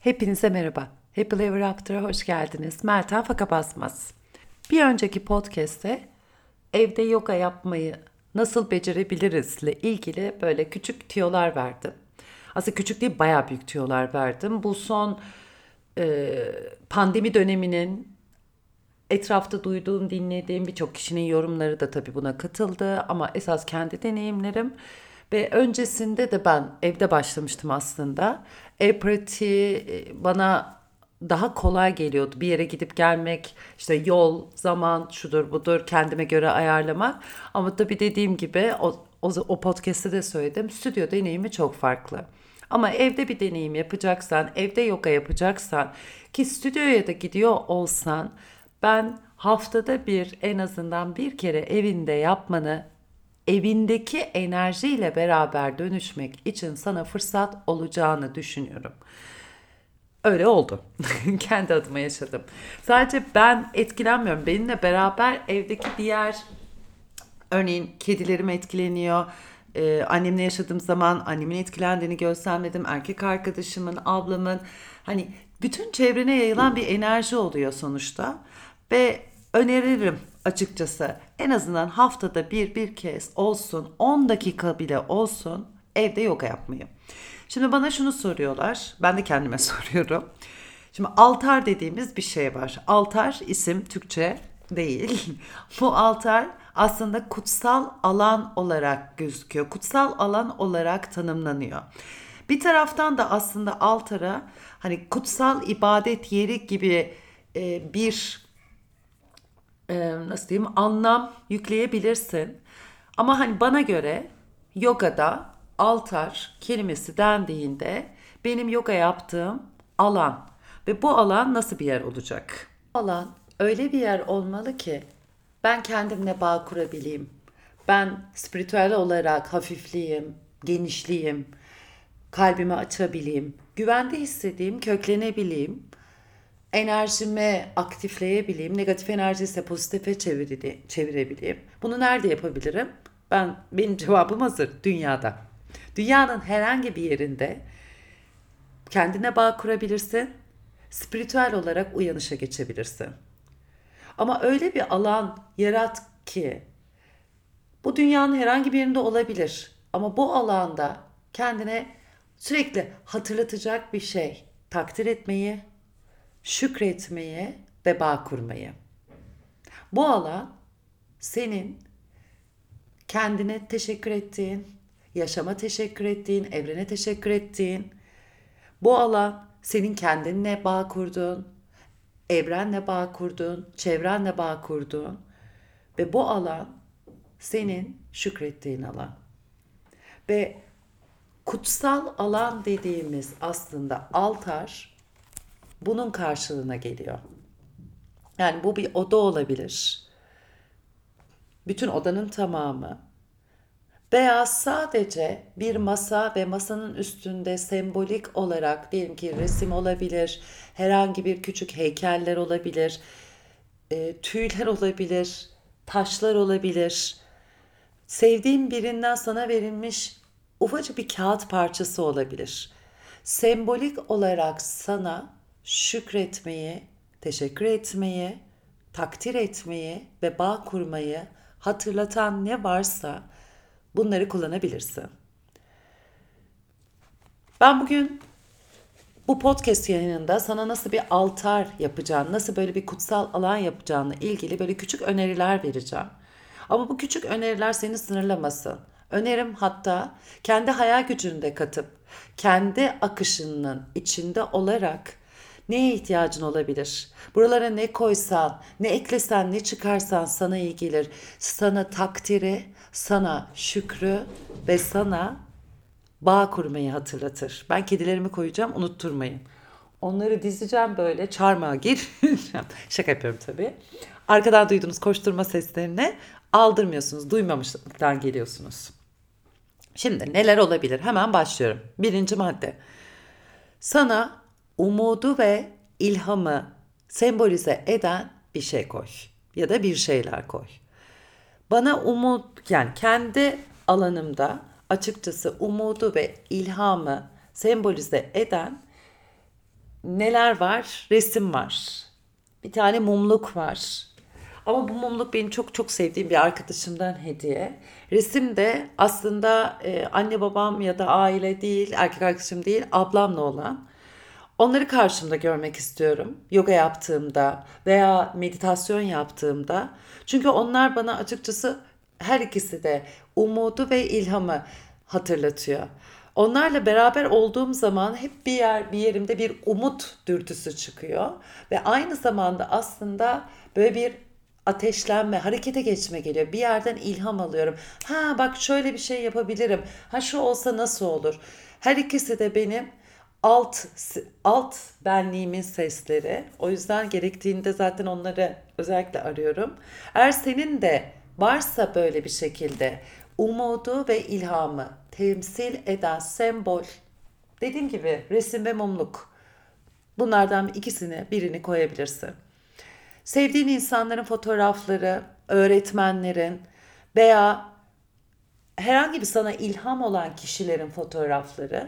Hepinize merhaba. Happy Ever After'a hoş geldiniz. Meltem Faka Basmaz. Bir önceki podcast'te evde yoga yapmayı nasıl becerebilirizle ilgili böyle küçük tüyolar verdim. Aslında küçük değil, bayağı büyük tüyolar verdim. Bu son pandemi döneminin etrafta duyduğum, dinlediğim birçok kişinin yorumları da tabii buna katıldı. Ama esas kendi deneyimlerim. Ve öncesinde de ben evde başlamıştım aslında. Ev pratiği bana daha kolay geliyordu. Bir yere gidip gelmek, işte yol, zaman, şudur budur kendime göre ayarlamak. Ama tabii dediğim gibi o podcast'te de söyledim. Stüdyo deneyimi çok farklı. Ama evde bir deneyim yapacaksan, evde yoga yapacaksan ki stüdyoya da gidiyor olsan ben haftada bir en azından bir kere evinde yapmanı evindeki enerjiyle beraber dönüşmek için sana fırsat olacağını düşünüyorum. Öyle oldu. Kendi adıma yaşadım. Sadece ben etkilenmiyorum. Benimle beraber evdeki diğer örneğin kedilerim etkileniyor. Annemle yaşadığım zaman annemin etkilendiğini gözlemledim. Erkek arkadaşımın, ablamın hani bütün çevrene yayılan bir enerji oluyor sonuçta. Ve öneririm açıkçası en azından haftada bir kez olsun 10 dakika bile olsun evde yoga yapmayı. Şimdi bana şunu soruyorlar. Ben de kendime soruyorum. Şimdi altar dediğimiz bir şey var. Altar isim Türkçe değil. Bu altar aslında kutsal alan olarak gözüküyor. Kutsal alan olarak tanımlanıyor. Bir taraftan da aslında altara hani kutsal ibadet yeri gibi bir nasıl diyeyim anlam yükleyebilirsin. Ama hani bana göre yogada altar kelimesi dendiğinde benim yoga yaptığım alan ve bu alan nasıl bir yer olacak? Bu alan öyle bir yer olmalı ki ben kendimle bağ kurabileyim. Ben spiritüel olarak hafifleyeyim, genişleyeyim, kalbimi açabileyim, güvende hissedeyim, köklenebileyim, enerjimi aktifleyebileyim, negatif enerji ise pozitife çevirebileyim. Bunu nerede yapabilirim? Benim cevabım hazır, dünyada. Dünyanın herhangi bir yerinde kendine bağ kurabilirsin, spiritüel olarak uyanışa geçebilirsin. Ama öyle bir alan yarat ki bu dünyanın herhangi bir yerinde olabilir. Ama bu alanda kendine sürekli hatırlatacak bir şey, takdir etmeyi, şükretmeyi ve bağ kurmayı. Bu alan senin kendine teşekkür ettiğin, yaşama teşekkür ettiğin, evrene teşekkür ettiğin, bu alan senin kendinle bağ kurduğun, evrenle bağ kurduğun, çevrenle bağ kurduğun ve bu alan senin şükrettiğin alan. Ve kutsal alan dediğimiz aslında altar bunun karşılığına geliyor. Yani bu bir oda olabilir. Bütün odanın tamamı. Veya sadece bir masa ve masanın üstünde sembolik olarak diyelim ki resim olabilir, herhangi bir küçük heykeller olabilir, tüyler olabilir, taşlar olabilir. Sevdiğin birinden sana verilmiş ufacık bir kağıt parçası olabilir. Sembolik olarak sana şükretmeyi, teşekkür etmeyi, takdir etmeyi ve bağ kurmayı hatırlatan ne varsa bunları kullanabilirsin. Ben bugün bu podcast yayınında sana nasıl bir altar yapacağını, nasıl böyle bir kutsal alan yapacağını ilgili böyle küçük öneriler vereceğim. Ama bu küçük öneriler seni sınırlamasın. Önerim hatta kendi hayal gücünü de katıp kendi akışının içinde olarak neye ihtiyacın olabilir? Buralara ne koysan, ne eklesen, ne çıkarsan sana iyi gelir. Sana takdiri, sana şükrü ve sana bağ kurmayı hatırlatır. Ben kedilerimi koyacağım, unutturmayın. Onları dizeceğim böyle çarmıha gireceğim. Şaka yapıyorum tabii. Arkadan duyduğunuz koşturma seslerini aldırmıyorsunuz. Duymamışlıktan geliyorsunuz. Şimdi neler olabilir? Hemen başlıyorum. Birinci madde. Sana umudu ve ilhamı sembolize eden bir şey koy. Ya da bir şeyler koy. Bana umut yani kendi alanımda açıkçası umudu ve ilhamı sembolize eden neler var? Resim var. Bir tane mumluk var. Ama bu mumluk benim çok çok sevdiğim bir arkadaşımdan hediye. Resim de aslında anne babam ya da aile değil, erkek arkadaşım değil, ablamla olan. Onları karşımda görmek istiyorum. Yoga yaptığımda veya meditasyon yaptığımda. Çünkü onlar bana açıkçası her ikisi de umudu ve ilhamı hatırlatıyor. Onlarla beraber olduğum zaman hep bir yerimde bir umut dürtüsü çıkıyor ve aynı zamanda aslında böyle bir ateşlenme, harekete geçme geliyor. Bir yerden ilham alıyorum. Ha bak şöyle bir şey yapabilirim. Ha şu olsa nasıl olur? Her ikisi de benim alt alt benliğimin sesleri. O yüzden gerektiğinde zaten onları özellikle arıyorum. Eğer senin de varsa böyle bir şekilde umudu ve ilhamı temsil eden sembol, dediğim gibi resim ve mumluk. Bunlardan birini koyabilirsin. Sevdiğin insanların fotoğrafları, öğretmenlerin veya herhangi bir sana ilham olan kişilerin fotoğrafları.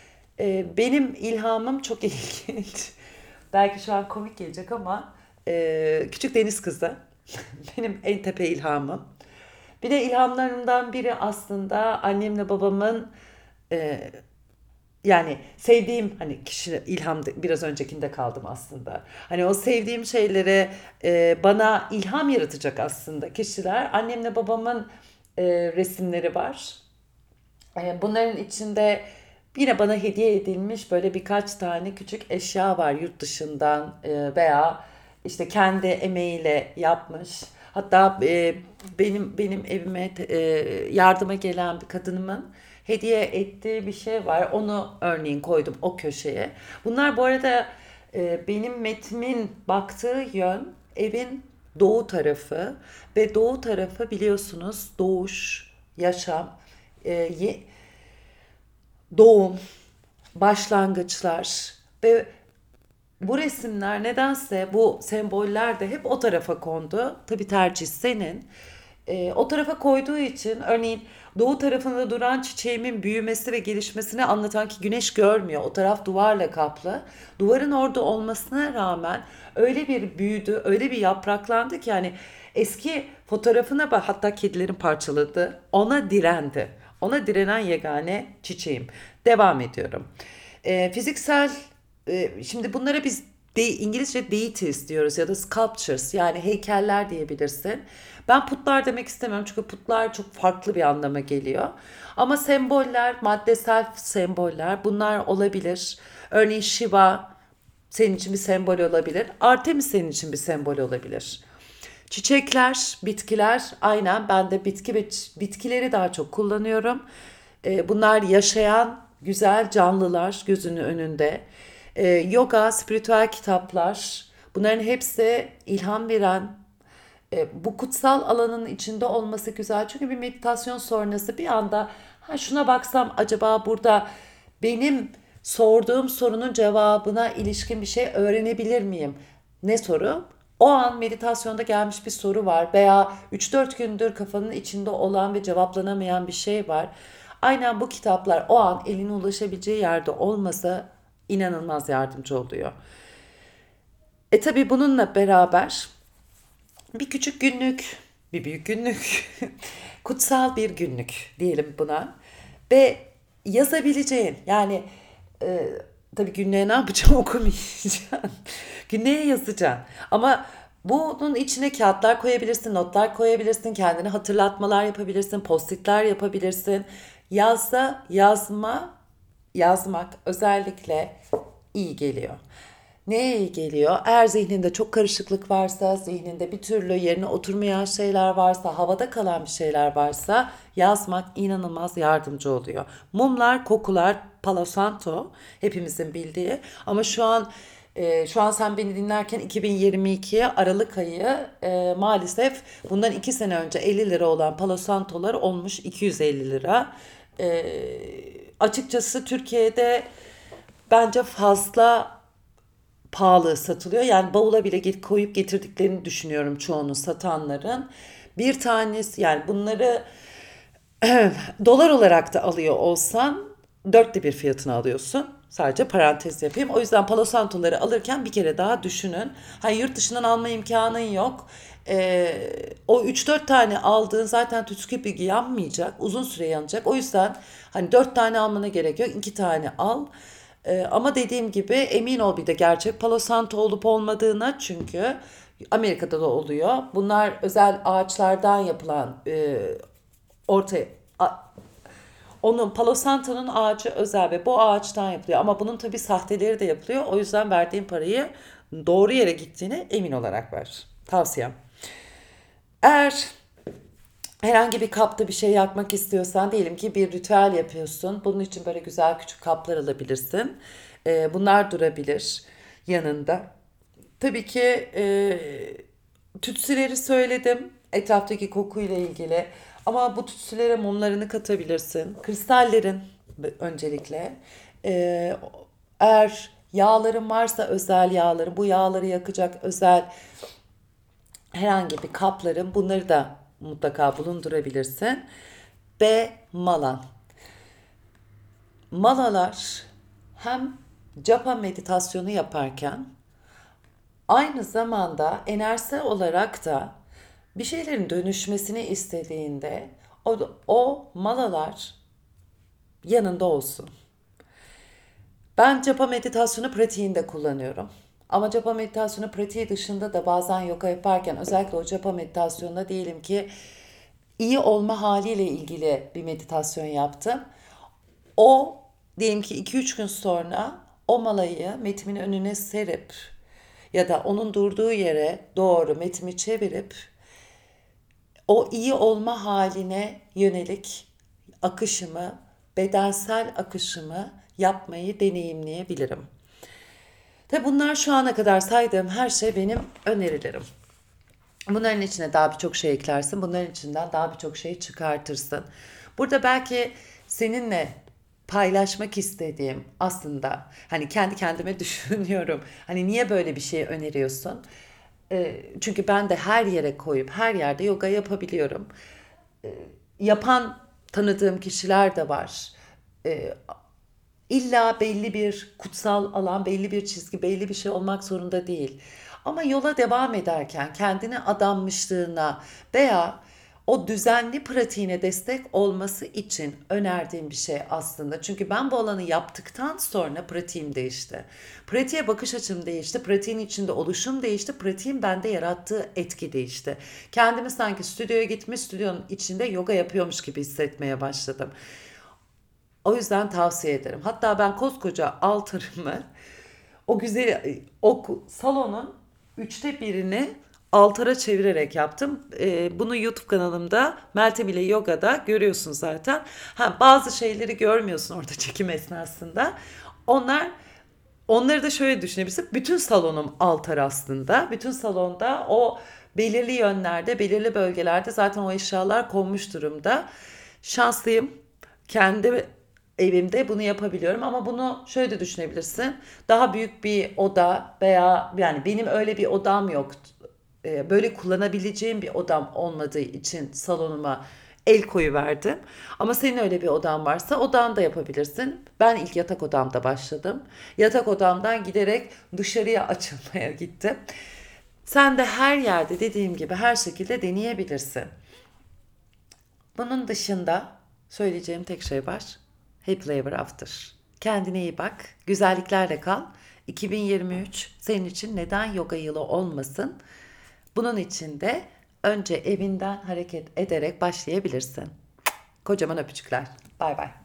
Benim ilhamım çok ilginç. Belki şu an komik gelecek ama küçük deniz kızı. Benim en tepe ilhamım. Bir de ilhamlarımdan biri aslında annemle babamın e, yani sevdiğim hani kişi ilham biraz öncekinde kaldım aslında. Hani o sevdiğim şeylere bana ilham yaratacak aslında kişiler. Annemle babamın resimleri var. Bunların içinde yine bana hediye edilmiş böyle birkaç tane küçük eşya var yurt dışından veya işte kendi emeğiyle yapmış. Hatta benim evime yardıma gelen bir kadınımın hediye ettiği bir şey var. Onu örneğin koydum o köşeye. Bunlar bu arada benim metnimin baktığı yön evin doğu tarafı ve doğu tarafı biliyorsunuz doğuş, yaşam, e, doğum, başlangıçlar ve bu resimler nedense bu semboller de hep o tarafa kondu. Tabii tercih senin. O tarafa koyduğu için örneğin doğu tarafında duran çiçeğimin büyümesi ve gelişmesini anlatan ki güneş görmüyor. O taraf duvarla kaplı. Duvarın orada olmasına rağmen öyle bir büyüdü, öyle bir yapraklandı ki yani eski fotoğrafına bak hatta kedilerin parçaladı. Ona direndi. Ona direnen yegane çiçeğim. Devam ediyorum. Fiziksel şimdi bunlara biz İngilizce deities diyoruz ya da sculptures yani heykeller diyebilirsin. Ben putlar demek istemiyorum çünkü putlar çok farklı bir anlama geliyor. Ama semboller, maddesel semboller bunlar olabilir. Örneğin Shiva senin için bir sembol olabilir. Artemis senin için bir sembol olabilir. Çiçekler, bitkiler aynen ben de bitkileri daha çok kullanıyorum. Bunlar yaşayan güzel canlılar gözünün önünde. Yoga, spiritüel kitaplar bunların hepsi ilham veren bu kutsal alanın içinde olması güzel. Çünkü bir meditasyon sonrası bir anda ha şuna baksam acaba burada benim sorduğum sorunun cevabına ilişkin bir şey öğrenebilir miyim? Ne soru? O an meditasyonda gelmiş bir soru var veya 3-4 gündür kafanın içinde olan ve cevaplanamayan bir şey var. Aynen bu kitaplar o an eline ulaşabileceği yerde olmasa inanılmaz yardımcı oluyor. Tabii bununla beraber bir küçük günlük, bir büyük günlük, kutsal bir günlük diyelim buna. Ve yazabileceğin yani e, tabii günlüğe ne yapacağım okumayacağım. Günlüğe yazacaksın. Ama bunun içine kağıtlar koyabilirsin, notlar koyabilirsin, kendine hatırlatmalar yapabilirsin, postitler yapabilirsin. Yazmak özellikle iyi geliyor. Neye iyi geliyor? Eğer zihninde çok karışıklık varsa, zihninde bir türlü yerine oturmayan şeyler varsa, havada kalan bir şeyler varsa yazmak inanılmaz yardımcı oluyor. Mumlar, kokular, Palo Santo hepimizin bildiği ama şu an sen beni dinlerken 2022 Aralık ayı maalesef bundan 2 sene önce 50 lira olan Palo Santo'lar olmuş 250 lira. Açıkçası Türkiye'de bence fazla pahalı satılıyor. Yani bavula bile koyup getirdiklerini düşünüyorum çoğunu satanların. Bir tanesi yani bunları dolar olarak da alıyor olsan dörtte bir fiyatını alıyorsun. Sadece parantez yapayım. O yüzden Palo Santo'ları alırken bir kere daha düşünün. Hani yurt dışından alma imkanın yok. O 3-4 tane aldığın zaten tütsü bilgi yanmayacak. Uzun süre yanacak. O yüzden hani 4 tane almana gerek yok. 2 tane al. Ama dediğim gibi emin ol bir de gerçek Palo Santo olup olmadığına, çünkü Amerika'da da oluyor. Bunlar özel ağaçlardan yapılan ortaya onun Palo Santo'nun ağacı özel ve bu ağaçtan yapılıyor. Ama bunun tabii sahteleri de yapılıyor. O yüzden verdiğin parayı doğru yere gittiğine emin olarak ver. Tavsiyem. Eğer herhangi bir kapta bir şey yakmak istiyorsan, diyelim ki bir ritüel yapıyorsun. Bunun için böyle güzel küçük kaplar alabilirsin. Bunlar durabilir yanında. Tabii ki tütsüleri söyledim. Etraftaki kokuyla ilgili. Ama bu tütsülere mumlarını katabilirsin. Kristallerin öncelikle. Ee, Eğer yağların varsa özel yağları, bu yağları yakacak özel herhangi bir kapların, bunları da mutlaka bulundurabilirsin. Ve malan. Malalar hem japa meditasyonu yaparken aynı zamanda enerjisel olarak da bir şeylerin dönüşmesini istediğinde o malalar yanında olsun. Ben japa meditasyonu pratiğinde kullanıyorum. Ama japa meditasyonu pratiği dışında da bazen yoga yaparken, özellikle o japa meditasyonunda diyelim ki iyi olma haliyle ilgili bir meditasyon yaptım. O diyelim ki 2-3 gün sonra o malayı metimin önüne serip ya da onun durduğu yere doğru metimi çevirip o iyi olma haline yönelik akışımı, bedensel akışımı yapmayı deneyimleyebilirim. Tabi bunlar şu ana kadar saydığım her şey benim önerilerim. Bunların içine daha birçok şey eklersin. Bunların içinden daha birçok şey çıkartırsın. Burada belki seninle paylaşmak istediğim, aslında hani kendi kendime düşünüyorum. Hani niye böyle bir şey öneriyorsun? Çünkü ben de her yere koyup her yerde yoga yapabiliyorum. Yapan tanıdığım kişiler de var. Ee, İlla belli bir kutsal alan, belli bir çizgi, belli bir şey olmak zorunda değil. Ama yola devam ederken kendine adanmışlığına veya o düzenli pratiğine destek olması için önerdiğim bir şey aslında. Çünkü ben bu alanı yaptıktan sonra pratiğim değişti. Pratiğe bakış açım değişti. Pratiğin içinde oluşum değişti. Pratiğin bende yarattığı etki değişti. Kendimi sanki stüdyoya gitmiş, stüdyonun içinde yoga yapıyormuş gibi hissetmeye başladım. O yüzden tavsiye ederim. Hatta ben koskoca altarımı o güzel salonun 1/3'ünü altara çevirerek yaptım. Bunu YouTube kanalımda Meltem ile Yoga'da görüyorsun zaten. Bazı şeyleri görmüyorsun orada çekim esnasında. Onlar Onları da şöyle düşünebilirsin. Bütün salonum altar aslında. Bütün salonda o belirli yönlerde, belirli bölgelerde zaten o eşyalar konmuş durumda. Şanslıyım. Kendi evimde bunu yapabiliyorum ama bunu şöyle de düşünebilirsin. Daha büyük bir oda veya yani benim öyle bir odam yok. Böyle kullanabileceğim bir odam olmadığı için salonuma el koyuverdim. Ama senin öyle bir odan varsa odanda yapabilirsin. Ben ilk yatak odamda başladım. Yatak odamdan giderek dışarıya açılmaya gittim. Sen de her yerde dediğim gibi her şekilde deneyebilirsin. Bunun dışında söyleyeceğim tek şey var. Happily Ever After. Kendine iyi bak. Güzelliklerle kal. 2023 senin için neden yoga yılı olmasın? Bunun için de önce evinden hareket ederek başlayabilirsin. Kocaman öpücükler. Bay bay.